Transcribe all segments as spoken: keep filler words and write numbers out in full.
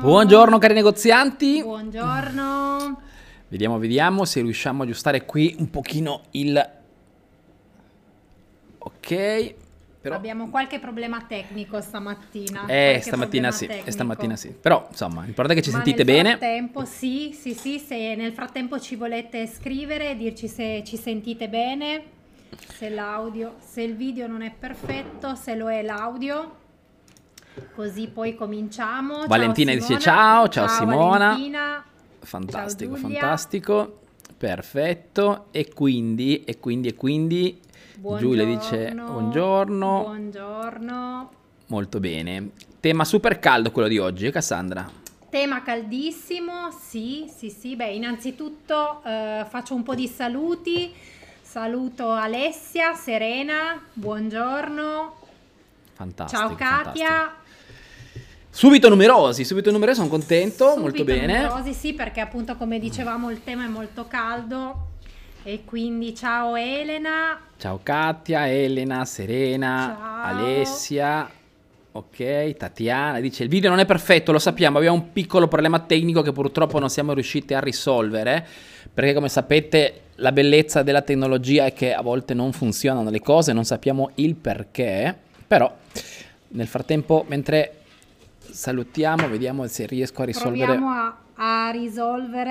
Buongiorno cari negozianti. Buongiorno. Vediamo, vediamo se riusciamo a aggiustare qui un pochino il... Ok. Però... abbiamo qualche problema tecnico stamattina. Eh, stamattina sì, eh, stamattina sì. Però, insomma, l'importante è che ci Ma sentite nel bene. Nel frattempo, sì, sì, sì, se nel frattempo ci volete scrivere, dirci se ci sentite bene, se l'audio, se il video non è perfetto, se lo è l'audio. Così poi cominciamo. Valentina ciao, dice ciao, ciao, ciao Simona. Valentina. Fantastico, ciao fantastico. Perfetto. E quindi, e quindi, e quindi... Buongiorno, Giulia dice buongiorno. Buongiorno. Molto bene. Tema super caldo quello di oggi, eh Cassandra? Tema caldissimo, sì, sì, sì. Beh, innanzitutto eh, faccio un po' di saluti. Saluto Alessia, Serena, buongiorno. Fantastico. Ciao Katia. Fantastico. Subito numerosi, subito numerosi, sono contento, Subito molto bene. Numerosi, sì, perché appunto come dicevamo il tema è molto caldo. E quindi ciao Elena. Ciao Katia, Elena, Serena, ciao. Alessia, ok, Tatiana dice il video non è perfetto, lo sappiamo, abbiamo un piccolo problema tecnico che purtroppo non siamo riusciti a risolvere, perché come sapete la bellezza della tecnologia è che a volte non funzionano le cose, non sappiamo il perché, però nel frattempo mentre salutiamo vediamo se riesco a risolvere... Proviamo a... a risolvere.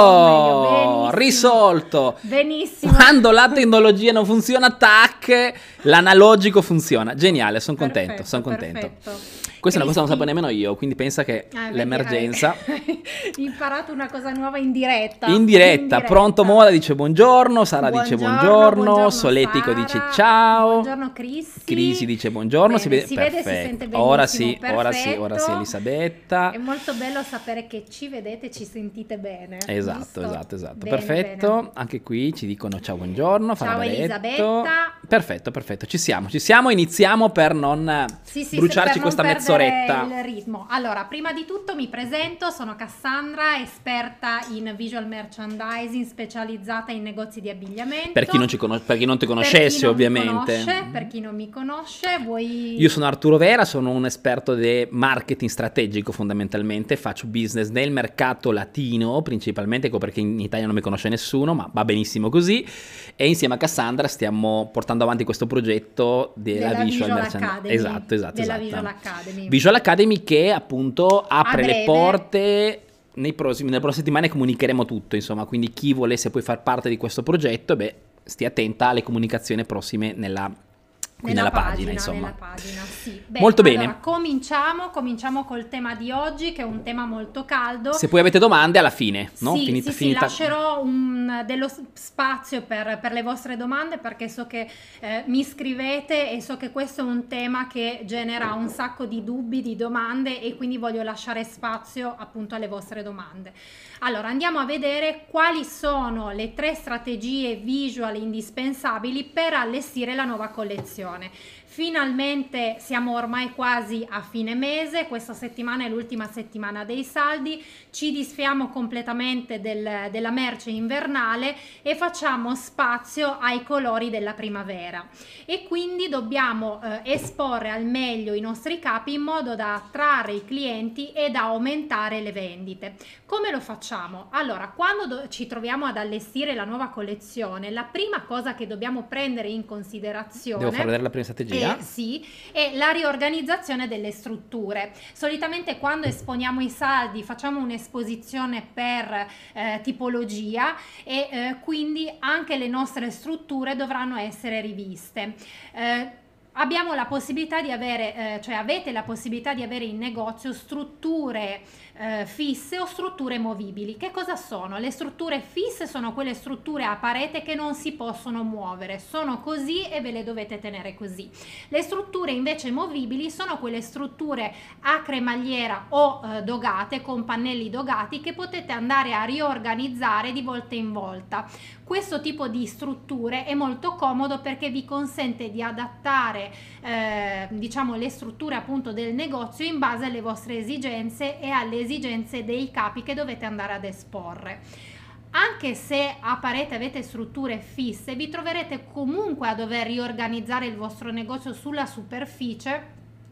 Oh, meglio, risolto. Benissimo. Quando la tecnologia non funziona, tac, l'analogico funziona. Geniale, sono contento, sono contento. Perfetto. Questa è una cosa che non sapevo nemmeno io, quindi pensa che ah, l'emergenza... Hai imparato una cosa nuova in diretta. In diretta, in diretta. Pronto Moda dice buongiorno, Sara buongiorno, dice buongiorno, buongiorno Soletico Sara, dice ciao. Buongiorno Crisi. Crisi dice buongiorno, Bene, si vede, si, perfetto. vede, si sente benissimo, ora sì, perfetto. ora sì, ora sì Elisabetta. È molto bello sapere che ci vedete e ci sentite bene. Esatto, giusto? esatto, esatto. Bene, perfetto, bene. Anche qui ci dicono ciao, buongiorno. Ciao Elisabetta. Perfetto, perfetto, ci siamo, ci siamo, iniziamo per non sì, sì, bruciarci per questa non mezz'oretta. Il ritmo. Allora, prima di tutto mi presento, sono Cassandra, esperta in visual merchandising, specializzata in negozi di abbigliamento. Per chi non, ci conos- per chi non ti conoscesse, per chi non ovviamente. Mi conosce, per chi non mi conosce, voi... Io sono Arturo Vera, sono un esperto di marketing strategico fondamentalmente, faccio business nel mercato latino principalmente, ecco perché in Italia non mi conosce nessuno, ma va benissimo così, e insieme a Cassandra stiamo portando avanti questo progetto della, della Visual, Visual Merchand- Academy. Esatto, esatto, della esatto. Visual Academy. Visual Academy che appunto apre breve, le porte... Nei prossimi, nelle prossime settimane comunicheremo tutto, insomma, quindi chi volesse poi far parte di questo progetto, beh, stia attenta alle comunicazioni prossime nella, qui nella, nella pagina, pagina, insomma. Nella pagina, sì. Beh, molto allora, bene. Cominciamo, cominciamo col tema di oggi, che è un tema molto caldo. Se poi avete domande alla fine, no? Sì, finita, sì, finita. sì, lascerò un, dello spazio per, per le vostre domande, perché so che eh, mi scrivete e so che questo è un tema che genera un sacco di dubbi, di domande, e quindi voglio lasciare spazio appunto alle vostre domande. Allora, andiamo a vedere quali sono le tre strategie visual indispensabili per allestire la nuova collezione. Finalmente siamo ormai quasi a fine mese, questa settimana è l'ultima settimana dei saldi, ci disfiamo completamente del, della merce invernale e facciamo spazio ai colori della primavera, e quindi dobbiamo eh, esporre al meglio i nostri capi in modo da attrarre i clienti e da aumentare le vendite. Come lo facciamo? Allora, quando ci troviamo ad allestire la nuova collezione, la prima cosa che dobbiamo prendere in considerazione... Devo far vedere la prima strategia? Eh, sì, è la riorganizzazione delle strutture. Solitamente quando esponiamo i saldi facciamo un'esposizione per eh, tipologia, e eh, quindi anche le nostre strutture dovranno essere riviste. Eh, Abbiamo la possibilità di avere, eh, cioè avete la possibilità di avere in negozio strutture eh, fisse o strutture movibili. Che cosa sono? Le strutture fisse sono quelle strutture a parete che non si possono muovere, sono così e ve le dovete tenere così. Le strutture invece movibili sono quelle strutture a cremagliera o eh, dogate, con pannelli dogati, che potete andare a riorganizzare di volta in volta. Questo tipo di strutture è molto comodo perché vi consente di adattare eh, diciamo le strutture appunto del negozio in base alle vostre esigenze e alle esigenze dei capi che dovete andare ad esporre. Anche se a parete avete strutture fisse, vi troverete comunque a dover riorganizzare il vostro negozio sulla superficie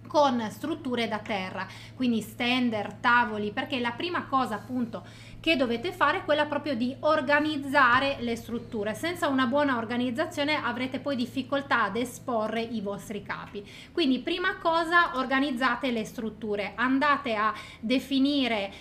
con strutture da terra, quindi stender, tavoli, perché la prima cosa appunto che dovete fare è quella proprio di organizzare le strutture. Senza una buona organizzazione avrete poi difficoltà ad esporre i vostri capi. Quindi prima cosa, organizzate le strutture, andate a definire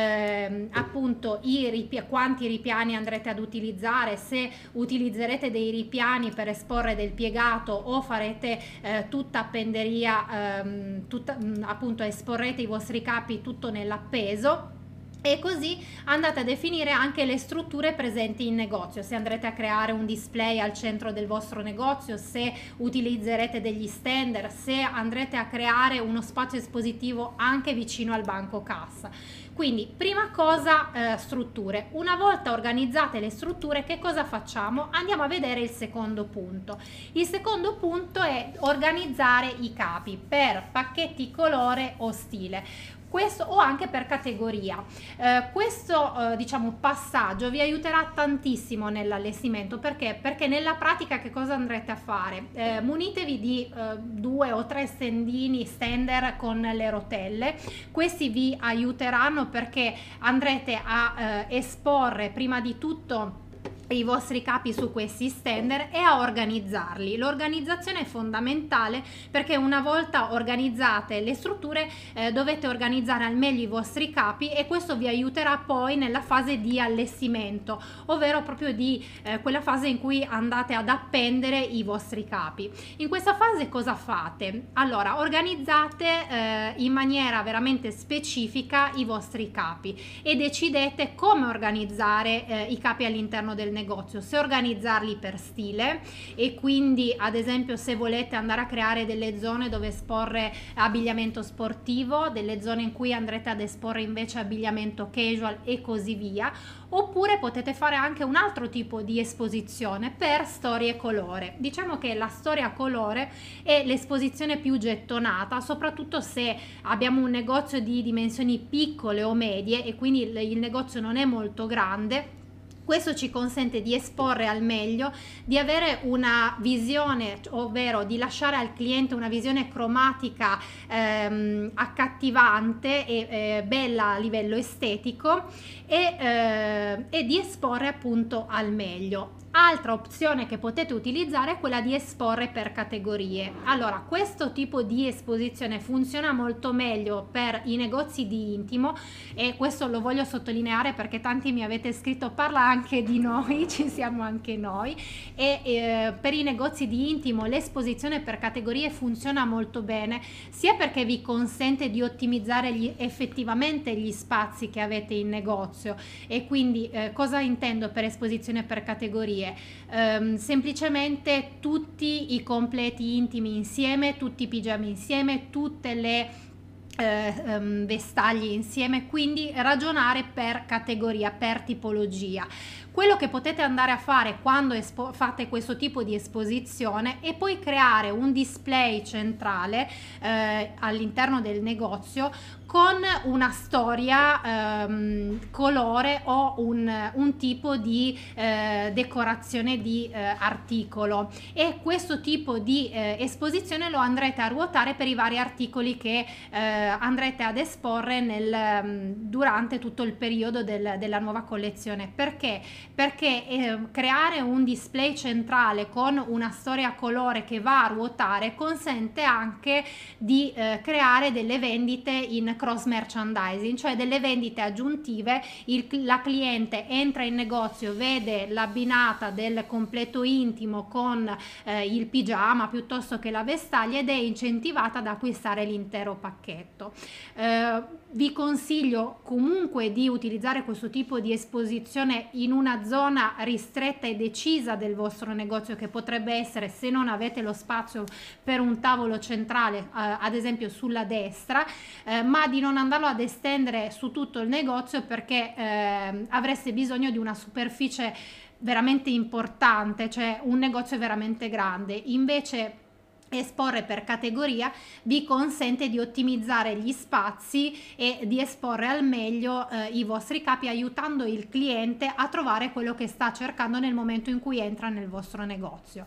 eh, appunto i ripi- quanti ripiani andrete ad utilizzare, se utilizzerete dei ripiani per esporre del piegato o farete eh, tutta appenderia, ehm, tutta, mh, appunto esporrete i vostri capi tutto nell'appeso. E così andate a definire anche le strutture presenti in negozio, se andrete a creare un display al centro del vostro negozio, se utilizzerete degli stender, se andrete a creare uno spazio espositivo anche vicino al banco cassa. Quindi prima cosa, eh, strutture. Una volta organizzate le strutture, che cosa facciamo? Andiamo a vedere il secondo punto. Il secondo punto è organizzare i capi per pacchetti, colore o stile. Questo o anche per categoria. Eh, questo eh, diciamo passaggio vi aiuterà tantissimo nell'allestimento. Perché? Perché nella pratica che cosa andrete a fare? Eh, munitevi di eh, due o tre stendini stender con le rotelle. Questi vi aiuteranno perché andrete a eh, esporre prima di tutto i vostri capi su questi stender e a organizzarli. L'organizzazione è fondamentale perché una volta organizzate le strutture eh, dovete organizzare al meglio i vostri capi, e questo vi aiuterà poi nella fase di allestimento, ovvero proprio di eh, quella fase in cui andate ad appendere i vostri capi. In questa fase cosa fate? Allora, organizzate eh, in maniera veramente specifica i vostri capi e decidete come organizzare eh, i capi all'interno del negozio, se organizzarli per stile, e quindi ad esempio se volete andare a creare delle zone dove esporre abbigliamento sportivo, delle zone in cui andrete ad esporre invece abbigliamento casual e così via, oppure potete fare anche un altro tipo di esposizione per storia e colore. Diciamo che la storia colore è l'esposizione più gettonata, soprattutto se abbiamo un negozio di dimensioni piccole o medie e quindi il, il negozio non è molto grande. Questo ci consente di esporre al meglio, di avere una visione, ovvero di lasciare al cliente una visione cromatica ehm, accattivante e eh, bella a livello estetico, e, eh, e di esporre appunto al meglio. Altra opzione che potete utilizzare è quella di esporre per categorie. Allora, questo tipo di esposizione funziona molto meglio per i negozi di intimo, e questo lo voglio sottolineare perché tanti mi avete scritto: parla anche di noi, ci siamo anche noi. E eh, per i negozi di intimo l'esposizione per categorie funziona molto bene, sia perché vi consente di ottimizzare gli, effettivamente gli spazi che avete in negozio. E quindi eh, cosa intendo per esposizione per categorie? Um, semplicemente tutti i completi intimi insieme, tutti i pigiami insieme, tutte le eh, um, vestaglie insieme, quindi ragionare per categoria, per tipologia. Quello che potete andare a fare quando espo- fate questo tipo di esposizione è poi creare un display centrale eh, all'interno del negozio con una storia, ehm, colore o un, un tipo di eh, decorazione di eh, articolo, e questo tipo di eh, esposizione lo andrete a ruotare per i vari articoli che eh, andrete ad esporre nel, durante tutto il periodo del, della nuova collezione. Perché? Perché eh, creare un display centrale con una storia a colore che va a ruotare consente anche di eh, creare delle vendite in cross merchandising, cioè delle vendite aggiuntive. Il, la cliente entra in negozio, vede l'abbinata del completo intimo con eh, il pigiama piuttosto che la vestaglia ed è incentivata ad acquistare l'intero pacchetto. Eh, vi consiglio comunque di utilizzare questo tipo di esposizione in una zona ristretta e decisa del vostro negozio, che potrebbe essere, se non avete lo spazio per un tavolo centrale, eh, ad esempio sulla destra, eh, ma di non andarlo ad estendere su tutto il negozio, perché eh, avreste bisogno di una superficie veramente importante, cioè un negozio veramente grande. Invece esporre per categoria vi consente di ottimizzare gli spazi e di esporre al meglio eh, i vostri capi, aiutando il cliente a trovare quello che sta cercando nel momento in cui entra nel vostro negozio.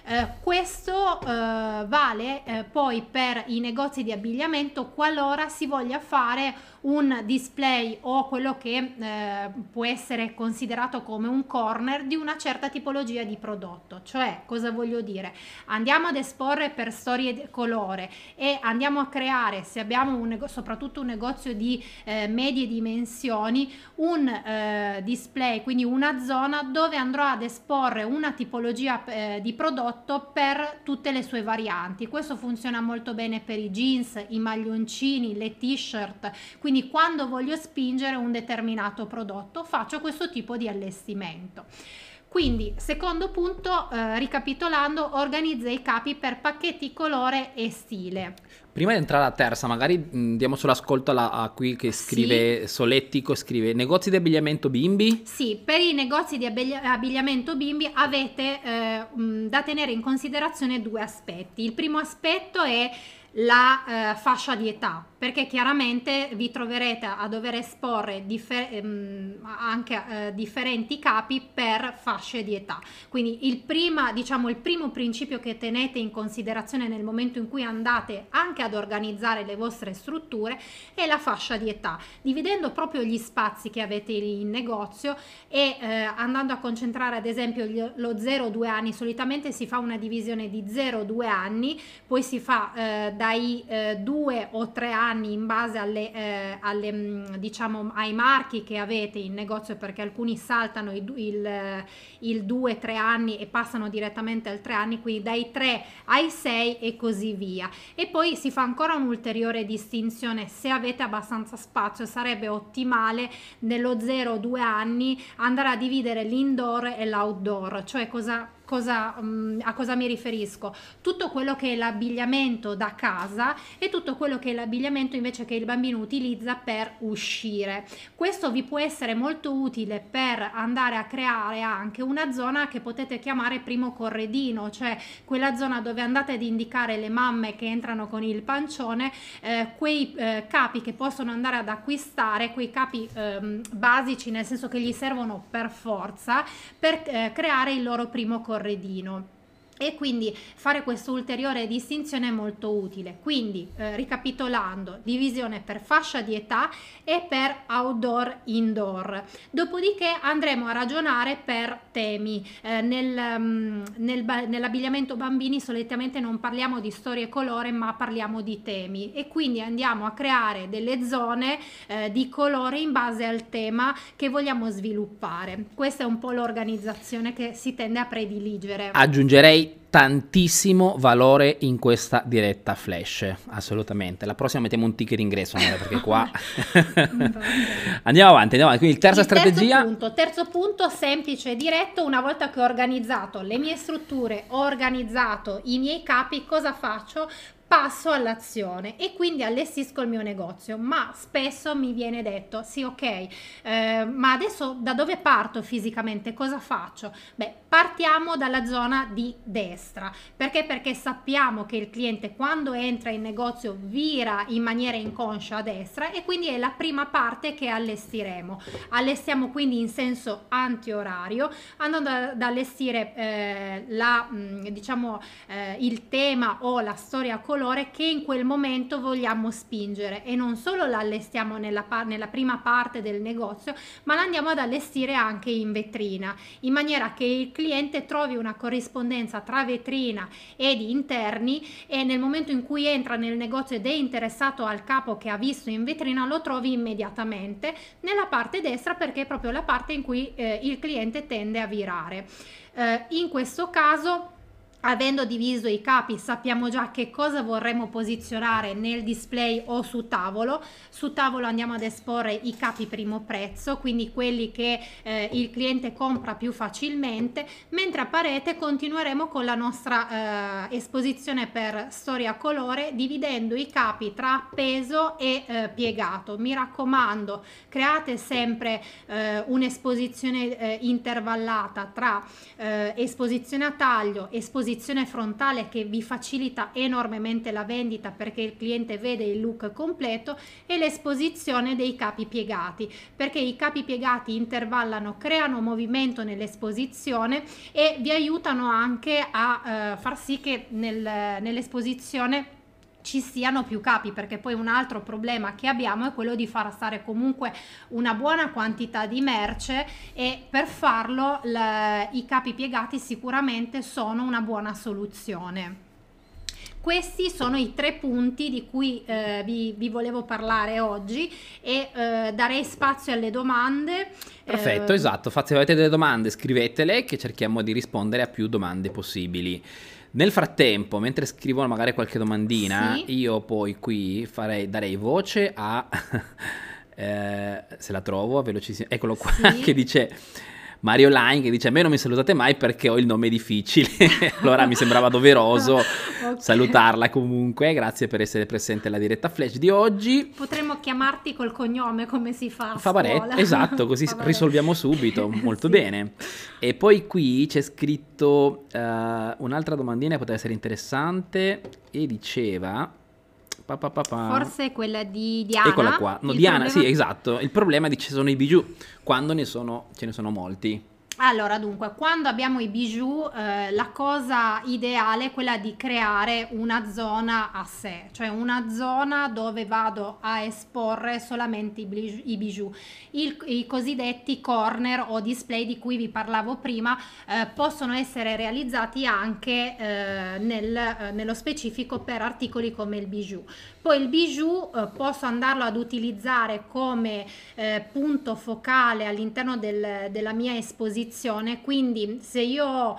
Eh, questo eh, vale eh, poi per i negozi di abbigliamento qualora si voglia fare un display o quello che eh, può essere considerato come un corner di una certa tipologia di prodotto. Cioè, cosa voglio dire? Andiamo ad esporre per storie di colore e andiamo a creare, se abbiamo un nego- soprattutto un negozio di eh, medie dimensioni, un eh, display, quindi una zona dove andrò ad esporre una tipologia eh, di prodotto per tutte le sue varianti. Questo funziona molto bene per i jeans, i maglioncini, le t-shirt. Quindi quando voglio spingere un determinato prodotto faccio questo tipo di allestimento. Quindi, secondo punto, eh, ricapitolando, organizza i capi per pacchetti, colore e stile. Prima di entrare alla terza, magari mh, diamo solo ascolto alla, a qui che scrive Sì. Solettico, scrive negozi di abbigliamento bimbi? Sì, per i negozi di abigli- abbigliamento bimbi avete eh, mh, da tenere in considerazione due aspetti. Il primo aspetto è la eh, fascia di età, perché chiaramente vi troverete a dover esporre differ- ehm, anche eh, differenti capi per fasce di età. Quindi il, prima, diciamo, il primo principio che tenete in considerazione nel momento in cui andate anche ad organizzare le vostre strutture è la fascia di età, dividendo proprio gli spazi che avete in negozio e eh, andando a concentrare ad esempio gli- lo zero due anni. Solitamente si fa una divisione di zero due anni, poi si fa eh, dai eh, due o tre anni in base alle, eh, alle mh, diciamo ai marchi che avete in negozio, perché alcuni saltano il, il, il due tre anni e passano direttamente al tre anni, quindi dai tre ai sei e così via. E poi si fa ancora un'ulteriore distinzione: se avete abbastanza spazio sarebbe ottimale nello zero due anni andare a dividere l'indoor e l'outdoor. Cioè cosa Cosa, um, a cosa mi riferisco? Tutto quello che è l'abbigliamento da casa e tutto quello che è l'abbigliamento invece che il bambino utilizza per uscire. Questo vi può essere molto utile per andare a creare anche una zona che potete chiamare primo corredino, cioè quella zona dove andate ad indicare le mamme che entrano con il pancione, eh, quei eh, capi che possono andare ad acquistare, quei capi ehm, basici, nel senso che gli servono per forza per eh, creare il loro primo corredino. E quindi fare questa ulteriore distinzione è molto utile. Quindi eh, ricapitolando, divisione per fascia di età e per outdoor indoor. Dopodiché andremo a ragionare per temi. Eh, nel, um, nel, nell'abbigliamento bambini solitamente non parliamo di storie e colore, ma parliamo di temi, e quindi andiamo a creare delle zone eh, di colore in base al tema che vogliamo sviluppare. Questa è un po' l'organizzazione che si tende a prediligere. Aggiungerei tantissimo valore in questa diretta flash, assolutamente. La prossima mettiamo un ticket ingresso, no? Perché qua andiamo avanti, andiamo avanti. Quindi terza il strategia. Terzo punto, terzo punto semplice e diretto: una volta che ho organizzato le mie strutture, ho organizzato i miei capi, cosa faccio? Passo all'azione e quindi allestisco il mio negozio. Ma spesso mi viene detto: sì, ok, eh, ma adesso da dove parto fisicamente? Cosa faccio? Beh, partiamo dalla zona di destra. Perché? Perché sappiamo che il cliente quando entra in negozio vira in maniera inconscia a destra, e quindi è la prima parte che allestiremo. Allestiamo quindi in senso antiorario, andando ad allestire eh, la, mh, diciamo, eh, il tema o la storia colore che in quel momento vogliamo spingere, e non solo la allestiamo nella, par- nella prima parte del negozio, ma la andiamo ad allestire anche in vetrina, in maniera che il cliente trovi una corrispondenza tra vetrina ed interni, e nel momento in cui entra nel negozio ed è interessato al capo che ha visto in vetrina lo trovi immediatamente nella parte destra, perché è proprio la parte in cui eh, il cliente tende a virare. Eh, in questo caso, avendo diviso i capi, sappiamo già che cosa vorremmo posizionare nel display o su tavolo. Su tavolo andiamo ad esporre i capi primo prezzo, quindi quelli che eh, il cliente compra più facilmente, mentre a parete continueremo con la nostra eh, esposizione per storia colore, dividendo i capi tra appeso e eh, piegato. Mi raccomando, create sempre eh, un'esposizione eh, intervallata tra eh, esposizione a taglio, esposizione l'esposizione frontale che vi facilita enormemente la vendita perché il cliente vede il look completo, e l'esposizione dei capi piegati, perché i capi piegati intervallano, creano movimento nell'esposizione e vi aiutano anche a eh, far sì che nel, nell'esposizione ci siano più capi, perché poi un altro problema che abbiamo è quello di far stare comunque una buona quantità di merce, e per farlo le, i capi piegati sicuramente sono una buona soluzione. Questi sono i tre punti di cui eh, vi, vi volevo parlare oggi, e eh, darei spazio alle domande. Perfetto, eh, esatto, se avete delle domande scrivetele che cerchiamo di rispondere a più domande possibili. Nel frattempo, mentre scrivono magari qualche domandina, sì. io poi qui farei, darei voce a, eh, se la trovo, velocissimo, eccolo qua, sì. che dice Mario Line, che dice: a me non mi salutate mai perché ho il nome difficile. Allora mi sembrava doveroso okay. salutarla comunque, grazie per essere presente alla diretta flash di oggi. Potremmo chiamarti col cognome come si fa a Favaretto, esatto, così Favaretto. risolviamo subito, molto sì. bene. E poi qui c'è scritto uh, un'altra domandina che poteva essere interessante, e diceva... Pa, pa, pa, pa. Forse quella di Diana. Eccola qua, no, Diana, problema... sì, esatto. Il problema dice sono i bijou, quando ne sono, ce ne sono molti. Allora, dunque, quando abbiamo i bijou, eh, la cosa ideale è quella di creare una zona a sé, cioè una zona dove vado a esporre solamente i bijou, i, bijou. Il, i cosiddetti corner o display di cui vi parlavo prima eh, possono essere realizzati anche eh, nel, eh, nello specifico per articoli come il bijou. Poi il bijou eh, posso andarlo ad utilizzare come eh, punto focale all'interno del, della mia esposizione, quindi se io ho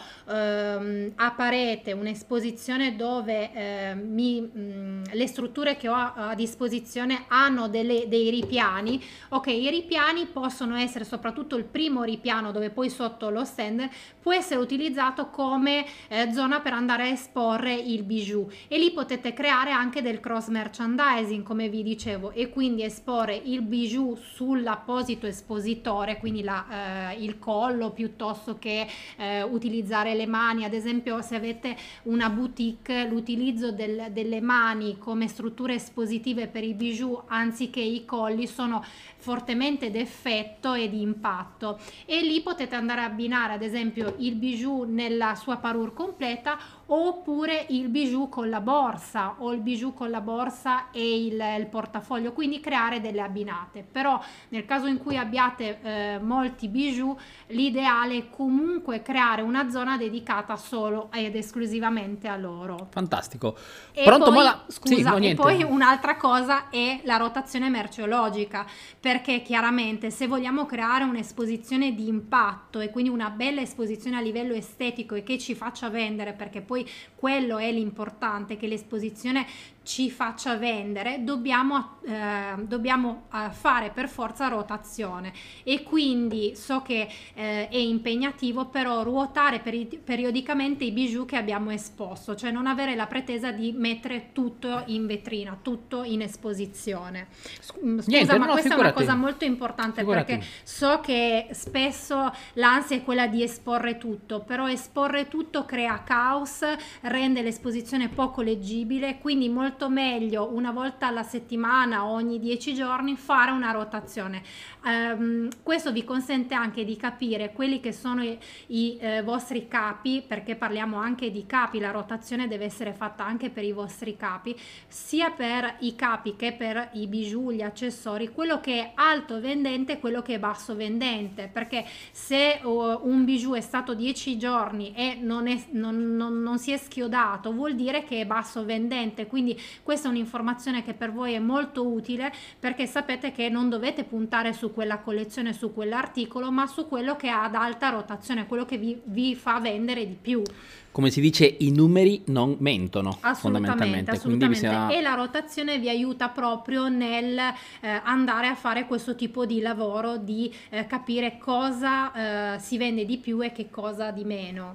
ehm, a parete un'esposizione dove eh, mi, mh, le strutture che ho a, a disposizione hanno delle, dei ripiani, ok, i ripiani possono essere, soprattutto il primo ripiano dove poi sotto lo stand può essere utilizzato come eh, zona per andare a esporre il bijou, e lì potete creare anche del cross merchandising, come vi dicevo, e quindi esporre il bijou sull'apposito espositore, quindi la, eh, il collo, piuttosto che eh, utilizzare le mani. Ad esempio, se avete una boutique, l'utilizzo del, delle mani come strutture espositive per i bijou anziché i colli sono fortemente d'effetto e di impatto, e lì potete andare a abbinare ad esempio il bijou nella sua parure completa, oppure il bijou con la borsa o il bijou con la borsa e il, il portafoglio, quindi creare delle abbinate. Però nel caso in cui abbiate eh, molti bijou, l'ideale è comunque creare una zona dedicata solo ed esclusivamente a loro. Fantastico. E Pronto, poi, mola... scusa, sì, no, e poi un'altra cosa è la rotazione merceologica, perché chiaramente se vogliamo creare un'esposizione di impatto e quindi una bella esposizione a livello estetico e che ci faccia vendere, perché poi quello è l'importante, che l'esposizione ci faccia vendere, dobbiamo, eh, dobbiamo eh, fare per forza rotazione, e quindi so che eh, è impegnativo, però ruotare peri- periodicamente i bijou che abbiamo esposto, cioè non avere la pretesa di mettere tutto in vetrina, tutto in esposizione. Scusa, Niente, ma no, questa figurati. è una cosa molto importante, figurati. Perché so che spesso l'ansia è quella di esporre tutto, però esporre tutto crea caos, rende l'esposizione poco leggibile, quindi molto meglio una volta alla settimana o ogni dieci giorni fare una rotazione. Um, questo vi consente anche di capire quelli che sono i, i eh, vostri capi, perché parliamo anche di capi, la rotazione deve essere fatta anche per i vostri capi, sia per i capi che per i bijou, gli accessori, quello che è alto vendente e quello che è basso vendente, perché se uh, un bijou è stato dieci giorni e non, è, non, non, non si è schiodato, vuol dire che è basso vendente, quindi questa è un'informazione che per voi è molto utile, perché sapete che non dovete puntare su quella collezione, su quell'articolo, ma su quello che ha ad alta rotazione, quello che vi, vi fa vendere di più. Come si dice, i numeri non mentono, assolutamente, fondamentalmente. assolutamente. Bisogna... E la rotazione vi aiuta proprio nel eh, andare a fare questo tipo di lavoro, di eh, capire cosa eh, si vende di più e che cosa di meno.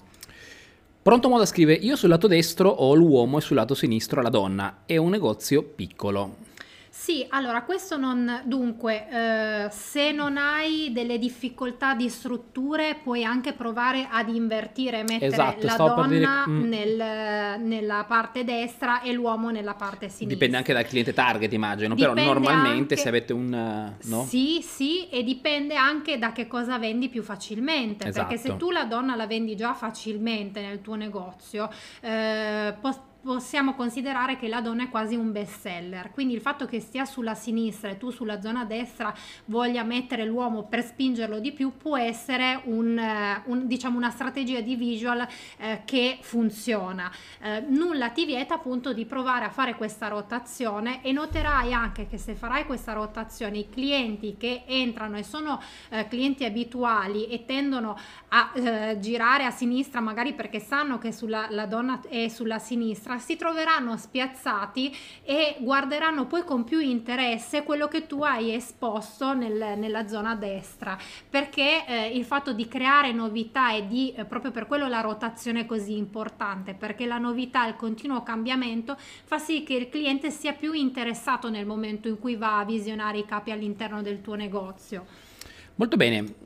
Pronto Moda scrive: io sul lato destro ho l'uomo e sul lato sinistro la donna, è un negozio piccolo. Sì, allora questo non, dunque, eh, se non hai delle difficoltà di strutture, puoi anche provare ad invertire, mettere Esatto, la stavo per dire, donna mm, nel- nella parte destra e l'uomo nella parte dipende anche sinistra. dal cliente target, immagino, però Dipende normalmente se anche, avete un, eh, no? sì, sì, e dipende anche da che cosa vendi più facilmente, perché se Esatto. tu la donna la vendi già facilmente nel tuo negozio, eh, pos- possiamo considerare che la donna è quasi un best seller, quindi il fatto che stia sulla sinistra e tu sulla zona destra voglia mettere l'uomo per spingerlo di più può essere un, eh, un- diciamo una strategia di visual eh, che funziona. Eh, nulla ti vieta appunto di provare a fare questa rotazione e noterai anche che se farai questa rotazione i clienti che entrano e sono eh, clienti abituali e tendono a eh, girare a sinistra magari perché sanno che sulla, la donna è sulla sinistra, si troveranno spiazzati e guarderanno poi con più interesse quello che tu hai esposto nel- nella zona destra, perché eh, il fatto di creare novità e di eh, proprio per quello la rotazione è così importante, perché la novità, il continuo cambiamento fa sì che il cliente sia più interessato nel momento in cui va a visionare i capi all'interno del tuo negozio. Molto bene.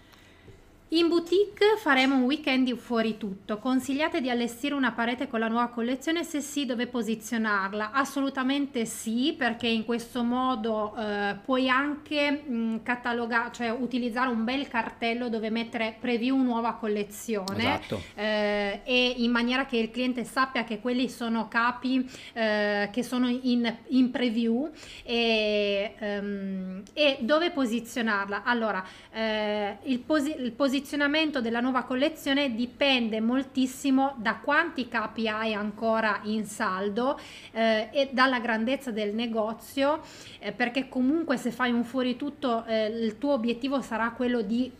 In boutique faremo un weekend di fuori tutto. Consigliate di allestire una parete con la nuova collezione? Se sì, dove posizionarla? Assolutamente sì, perché in questo modo eh, puoi anche catalogare, cioè utilizzare un bel cartello dove mettere preview nuova collezione, Esatto. eh, e in maniera che il cliente sappia che quelli sono capi eh, che sono in, in preview e, ehm, e dove posizionarla. Allora, eh, il, posi- il posizionamento della nuova collezione dipende moltissimo da quanti capi hai ancora in saldo eh, e dalla grandezza del negozio, eh, perché comunque se fai un fuori tutto eh, il tuo obiettivo sarà quello di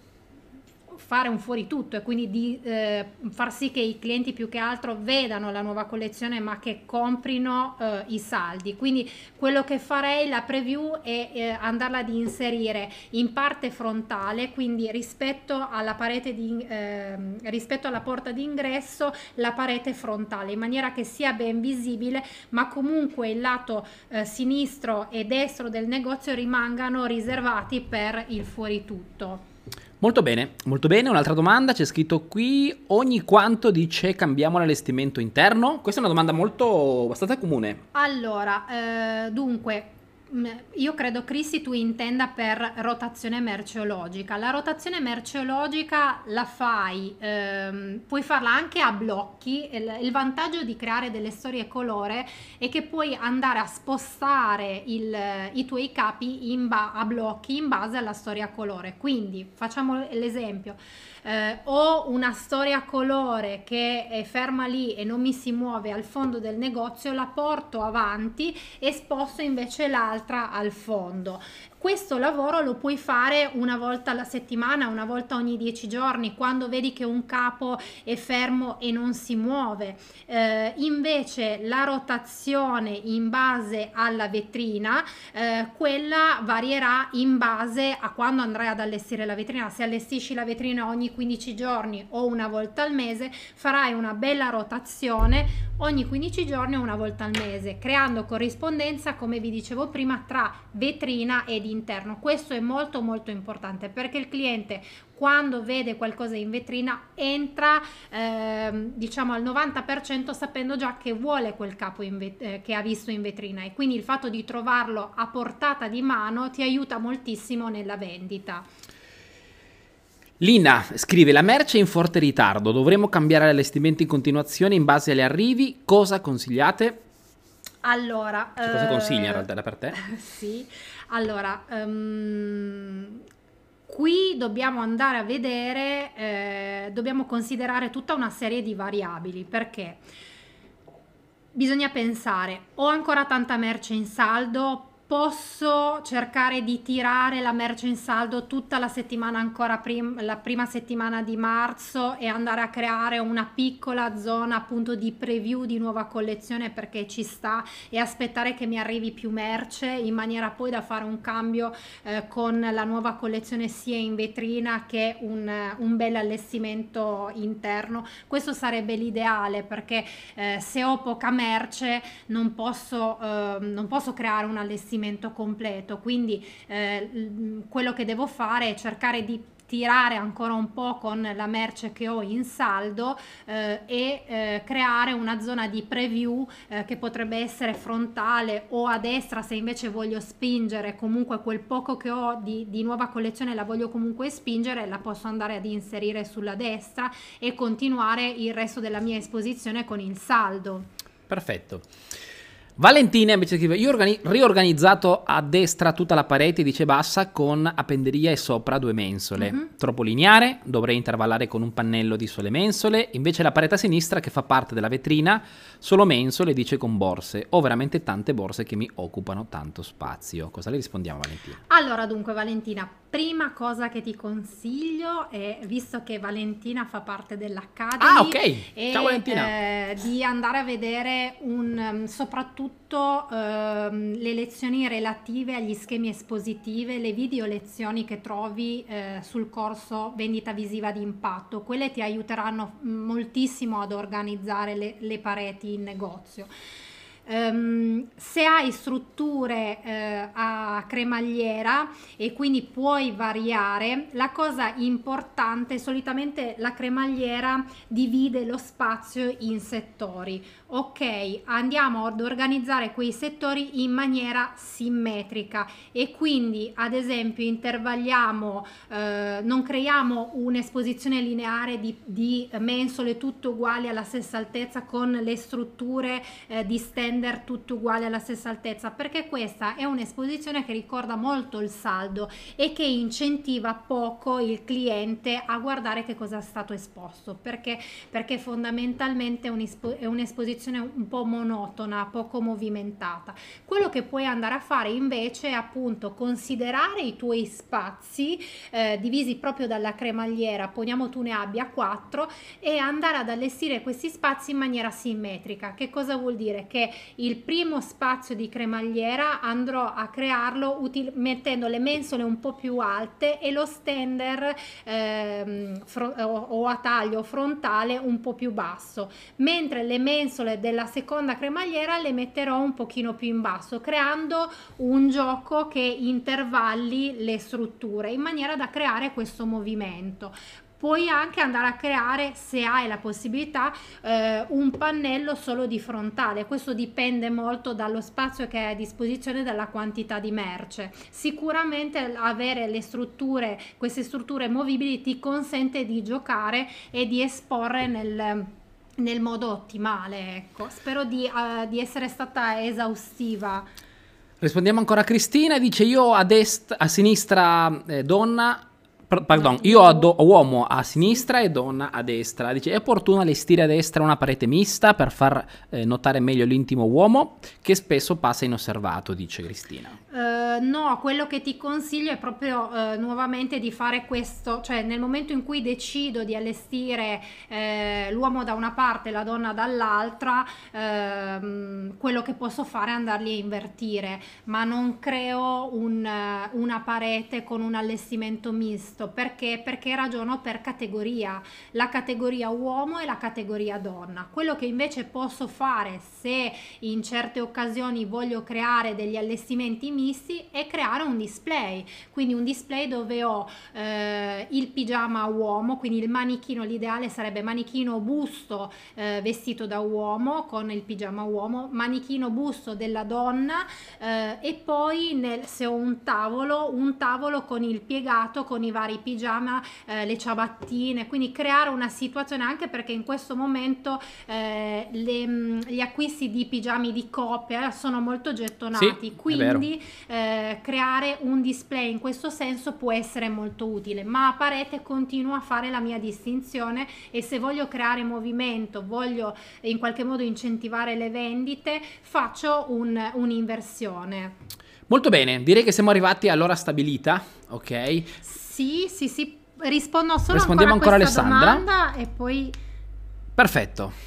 fare un fuori tutto e quindi di eh, far sì che i clienti più che altro vedano la nuova collezione ma che comprino eh, i saldi. Quindi quello che farei, la preview, è eh, andarla ad inserire in parte frontale, quindi rispetto alla parete di eh, rispetto alla porta d'ingresso, la parete frontale, in maniera che sia ben visibile ma comunque il lato eh, sinistro e destro del negozio rimangano riservati per il fuori tutto. Molto bene, molto bene. Un'altra domanda, c'è scritto qui, ogni quanto dice cambiamo l'allestimento interno? Questa è una domanda molto, abbastanza comune. Allora, eh, dunque, mh, io credo, Cristi, tu intenda per rotazione merceologica. La rotazione merceologica la fai, ehm, puoi farla anche a blocchi. Il, il vantaggio di creare delle storie colore è che puoi andare a spostare il- i tuoi capi in ba- a blocchi in base alla storia colore. Quindi, facciamo l'esempio. Eh, ho una storia colore che è ferma lì e non mi si muove al fondo del negozio, la porto avanti e sposto invece l'altra al fondo. Questo lavoro lo puoi fare una volta alla settimana, una volta ogni dieci giorni, quando vedi che un capo è fermo e non si muove. Eh, invece la rotazione in base alla vetrina, eh, quella varierà in base a quando andrai ad allestire la vetrina. Se allestisci la vetrina ogni quindici giorni o una volta al mese, farai una bella rotazione ogni quindici giorni o una volta al mese, creando corrispondenza, come vi dicevo prima, tra vetrina ed interno. Questo è molto molto importante, perché il cliente, quando vede qualcosa in vetrina, entra ehm, diciamo al novanta per cento sapendo già che vuole quel capo in vet- eh, che ha visto in vetrina, e quindi il fatto di trovarlo a portata di mano ti aiuta moltissimo nella vendita. Lina scrive, la merce è in forte ritardo, dovremo cambiare l'allestimento in continuazione in base agli arrivi, cosa consigliate? Allora, Cioè, cosa consiglia in eh, realtà da per te? sì, allora, ehm, qui dobbiamo andare a vedere, eh, dobbiamo considerare tutta una serie di variabili, perché bisogna pensare, ho ancora tanta merce in saldo, posso cercare di tirare la merce in saldo tutta la settimana, ancora prim- la prima settimana di marzo, e andare a creare una piccola zona appunto di preview di nuova collezione, perché ci sta, e aspettare che mi arrivi più merce in maniera poi da fare un cambio eh, con la nuova collezione sia in vetrina che un, un bel allestimento interno. Questo sarebbe l'ideale, perché eh, se ho poca merce non posso, eh, non posso creare un allestimento allestimento completo, quindi eh, quello che devo fare è cercare di tirare ancora un po' con la merce che ho in saldo eh, e eh, creare una zona di preview eh, che potrebbe essere frontale o a destra, se invece voglio spingere comunque quel poco che ho di, di nuova collezione, la voglio comunque spingere, la posso andare ad inserire sulla destra e continuare il resto della mia esposizione con il saldo. Perfetto. Valentina invece scrive: io ho organi- riorganizzato a destra tutta la parete, dice bassa, con appenderia e sopra due mensole. Mm-hmm. Troppo lineare, dovrei intervallare con un pannello di sole mensole. Invece la parete a sinistra, che fa parte della vetrina, solo mensole, dice con borse. Ho veramente tante borse che mi occupano tanto spazio. Cosa le rispondiamo, Valentina? Allora, dunque, Valentina, prima cosa che ti consiglio è, visto che Valentina fa parte dell'Academy, ah, ok. e, ciao Valentina, eh, di andare a vedere un, soprattutto ehm, le lezioni relative agli schemi espositivi, le video lezioni che trovi eh, sul corso vendita visiva di impatto. Quelle ti aiuteranno moltissimo ad organizzare le, le pareti in negozio. Um, se hai strutture uh, a cremagliera e quindi puoi variare, la cosa importante, solitamente la cremagliera divide lo spazio in settori. Ok, andiamo ad organizzare quei settori in maniera simmetrica e quindi ad esempio intervalliamo, uh, non creiamo un'esposizione lineare di, di mensole tutte uguali alla stessa altezza con le strutture uh, di stand tutto uguale alla stessa altezza, perché questa è un'esposizione che ricorda molto il saldo e che incentiva poco il cliente a guardare che cosa è stato esposto, perché perché fondamentalmente è un'esposizione un po' monotona, poco movimentata. Quello che puoi andare a fare invece è appunto considerare i tuoi spazi eh, divisi proprio dalla cremagliera, poniamo tu ne abbia quattro, e andare ad allestire questi spazi in maniera simmetrica. Che cosa vuol dire? Che il primo spazio di cremagliera andrò a crearlo util- mettendo le mensole un po' più alte e lo stender ehm, fro- o, o a taglio frontale un po' più basso, mentre le mensole della seconda cremagliera le metterò un pochino più in basso, creando un gioco che intervalli le strutture in maniera da creare questo movimento. Puoi anche andare a creare, se hai la possibilità, eh, un pannello solo di frontale. Questo dipende molto dallo spazio che hai a disposizione e dalla quantità di merce. Sicuramente avere le strutture, queste strutture movibili ti consente di giocare e di esporre nel, nel modo ottimale. Ecco. Spero di, uh, di essere stata esaustiva. Rispondiamo ancora a Cristina, dice: io a destra, a sinistra eh, donna, pardon, io ho do- uomo a sinistra e donna a destra. Dice: è opportuno allestire a destra una parete mista per far eh, notare meglio l'intimo uomo, che spesso passa inosservato, dice Cristina. Uh, no, quello che ti consiglio è proprio uh, nuovamente di fare questo, cioè nel momento in cui decido di allestire eh, l'uomo da una parte e la donna dall'altra, uh, quello che posso fare è andarli a invertire, ma non creo un, uh, una parete con un allestimento misto. Perché? Perché ragiono per categoria, la categoria uomo e la categoria donna. Quello che invece posso fare, se in certe occasioni voglio creare degli allestimenti misti, è creare un display, quindi un display dove ho eh, il pigiama uomo, quindi il manichino, l'ideale sarebbe manichino busto eh, vestito da uomo con il pigiama uomo, manichino busto della donna eh, e poi nel, se ho un tavolo, un tavolo con il piegato, con i vari pigiama, eh, le ciabattine, quindi creare una situazione, anche perché in questo momento eh, le, gli acquisti di pigiami di coppia sono molto gettonati, sì, quindi eh, creare un display in questo senso può essere molto utile, ma a parete continuo a fare la mia distinzione, e se voglio creare movimento, voglio in qualche modo incentivare le vendite, faccio un, un'inversione. Molto bene, direi che siamo arrivati all'ora stabilita, ok? Sì, sì, sì, rispondo solo Rispondiamo ancora a questa Alessandra. domanda e poi... Perfetto.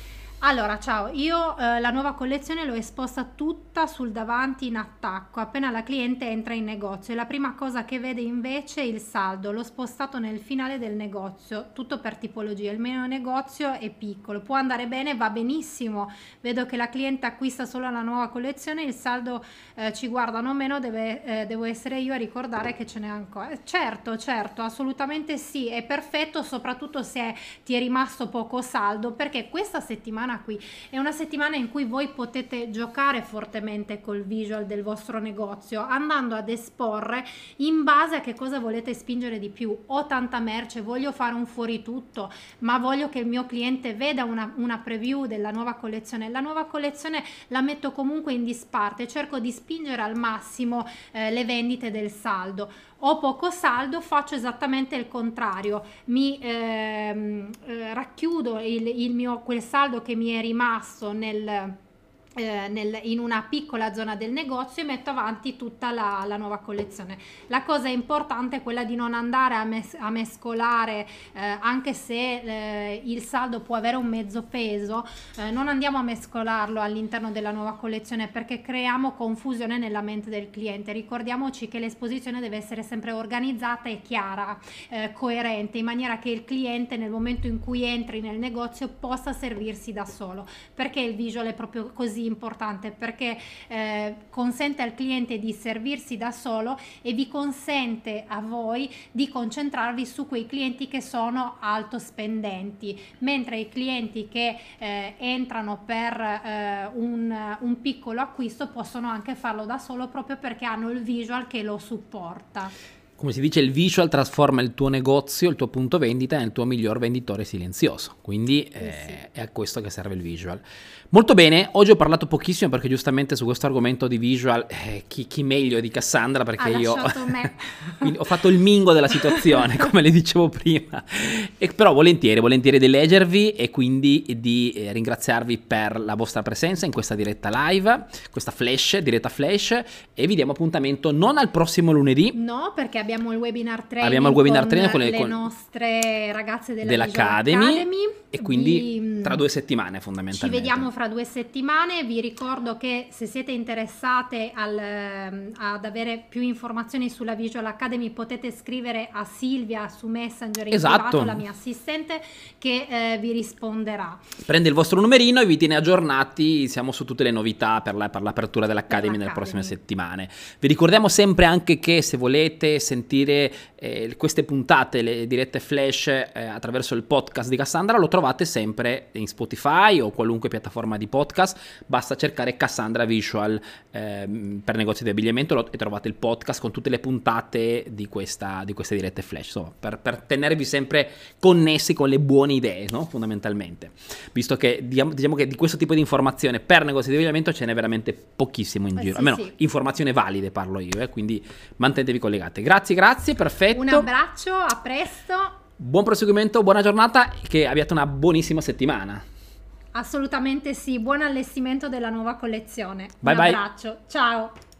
Allora, ciao, io eh, la nuova collezione l'ho esposta tutta sul davanti in attacco, appena la cliente entra in negozio, e la prima cosa che vede invece è il saldo. L'ho spostato nel finale del negozio, tutto per tipologia. Il mio negozio è piccolo, può andare bene, va benissimo. Vedo che la cliente acquista solo la nuova collezione, il saldo eh, ci guardano meno, deve, eh, devo essere io a ricordare che ce n'è ancora. Eh, certo, certo, assolutamente sì, è perfetto, soprattutto se ti è rimasto poco saldo, perché questa settimana qui è una settimana in cui voi potete giocare fortemente col visual del vostro negozio, andando ad esporre in base a che cosa volete spingere di più. Ho tanta merce, voglio fare un fuori tutto, ma voglio che il mio cliente veda una, una preview della nuova collezione. La nuova collezione la metto comunque in disparte, cerco di spingere al massimo eh, le vendite del saldo. Ho poco saldo, faccio esattamente il contrario, mi ehm, eh, racchiudo il, il mio, quel saldo che mi è rimasto nel, eh, nel, in una piccola zona del negozio, e metto avanti tutta la, la nuova collezione. La cosa importante è quella di non andare a, mes a mescolare, eh, anche se eh, il saldo può avere un mezzo peso, eh, non andiamo a mescolarlo all'interno della nuova collezione, perché creiamo confusione nella mente del cliente. Ricordiamoci che l'esposizione deve essere sempre organizzata e chiara, eh, coerente, in maniera che il cliente nel momento in cui entri nel negozio possa servirsi da solo. Perché il visual è proprio così importante? Perché eh, consente al cliente di servirsi da solo e vi consente a voi di concentrarvi su quei clienti che sono alto spendenti, mentre i clienti che eh, entrano per eh, un, un piccolo acquisto possono anche farlo da solo, proprio perché hanno il visual che lo supporta. Come si dice, il visual trasforma il tuo negozio, il tuo punto vendita, nel tuo miglior venditore silenzioso. Quindi eh, sì. È a questo che serve il visual. Molto bene, oggi ho parlato pochissimo perché giustamente su questo argomento di visual eh, chi, chi meglio di Cassandra, perché ha io me. Quindi ho fatto il mingo della situazione, come le dicevo prima. E però volentieri, volentieri di leggervi e quindi di eh, ringraziarvi per la vostra presenza in questa diretta live, questa flash, diretta flash, e vi diamo appuntamento non al prossimo lunedì. No, perché abbiamo il webinar training, abbiamo il webinar con, training con le, le con nostre ragazze della dell'Academy, Academy, e quindi vi, tra due settimane fondamentalmente. Ci vediamo fra due settimane. Vi ricordo che se siete interessate al, ad avere più informazioni sulla Visual Academy potete scrivere a Silvia su Messenger in esatto. privato, la mia assistente, che eh, vi risponderà. Prende il vostro numerino e vi tiene aggiornati, siamo su tutte le novità per, la, per l'apertura dell'Academy nelle prossime settimane. Vi ricordiamo sempre anche che se volete sentire eh, queste puntate, le dirette flash eh, attraverso il podcast di Cassandra, lo trovate sempre in Spotify o qualunque piattaforma di podcast, basta cercare Cassandra Visual eh, per negozi di abbigliamento e trovate il podcast con tutte le puntate di, questa, di queste dirette flash, insomma, per, per tenervi sempre connessi con le buone idee, no? Fondamentalmente, visto che diciamo, diciamo che di questo tipo di informazione per negozi di abbigliamento ce n'è veramente pochissimo in eh giro, sì, almeno sì. informazioni valide parlo io, eh, quindi mantenetevi collegate. Grazie, grazie, perfetto. Un abbraccio, a presto. Buon proseguimento, buona giornata e che abbiate una buonissima settimana. Assolutamente sì, buon allestimento della nuova collezione. Bye Un bye. abbraccio, ciao.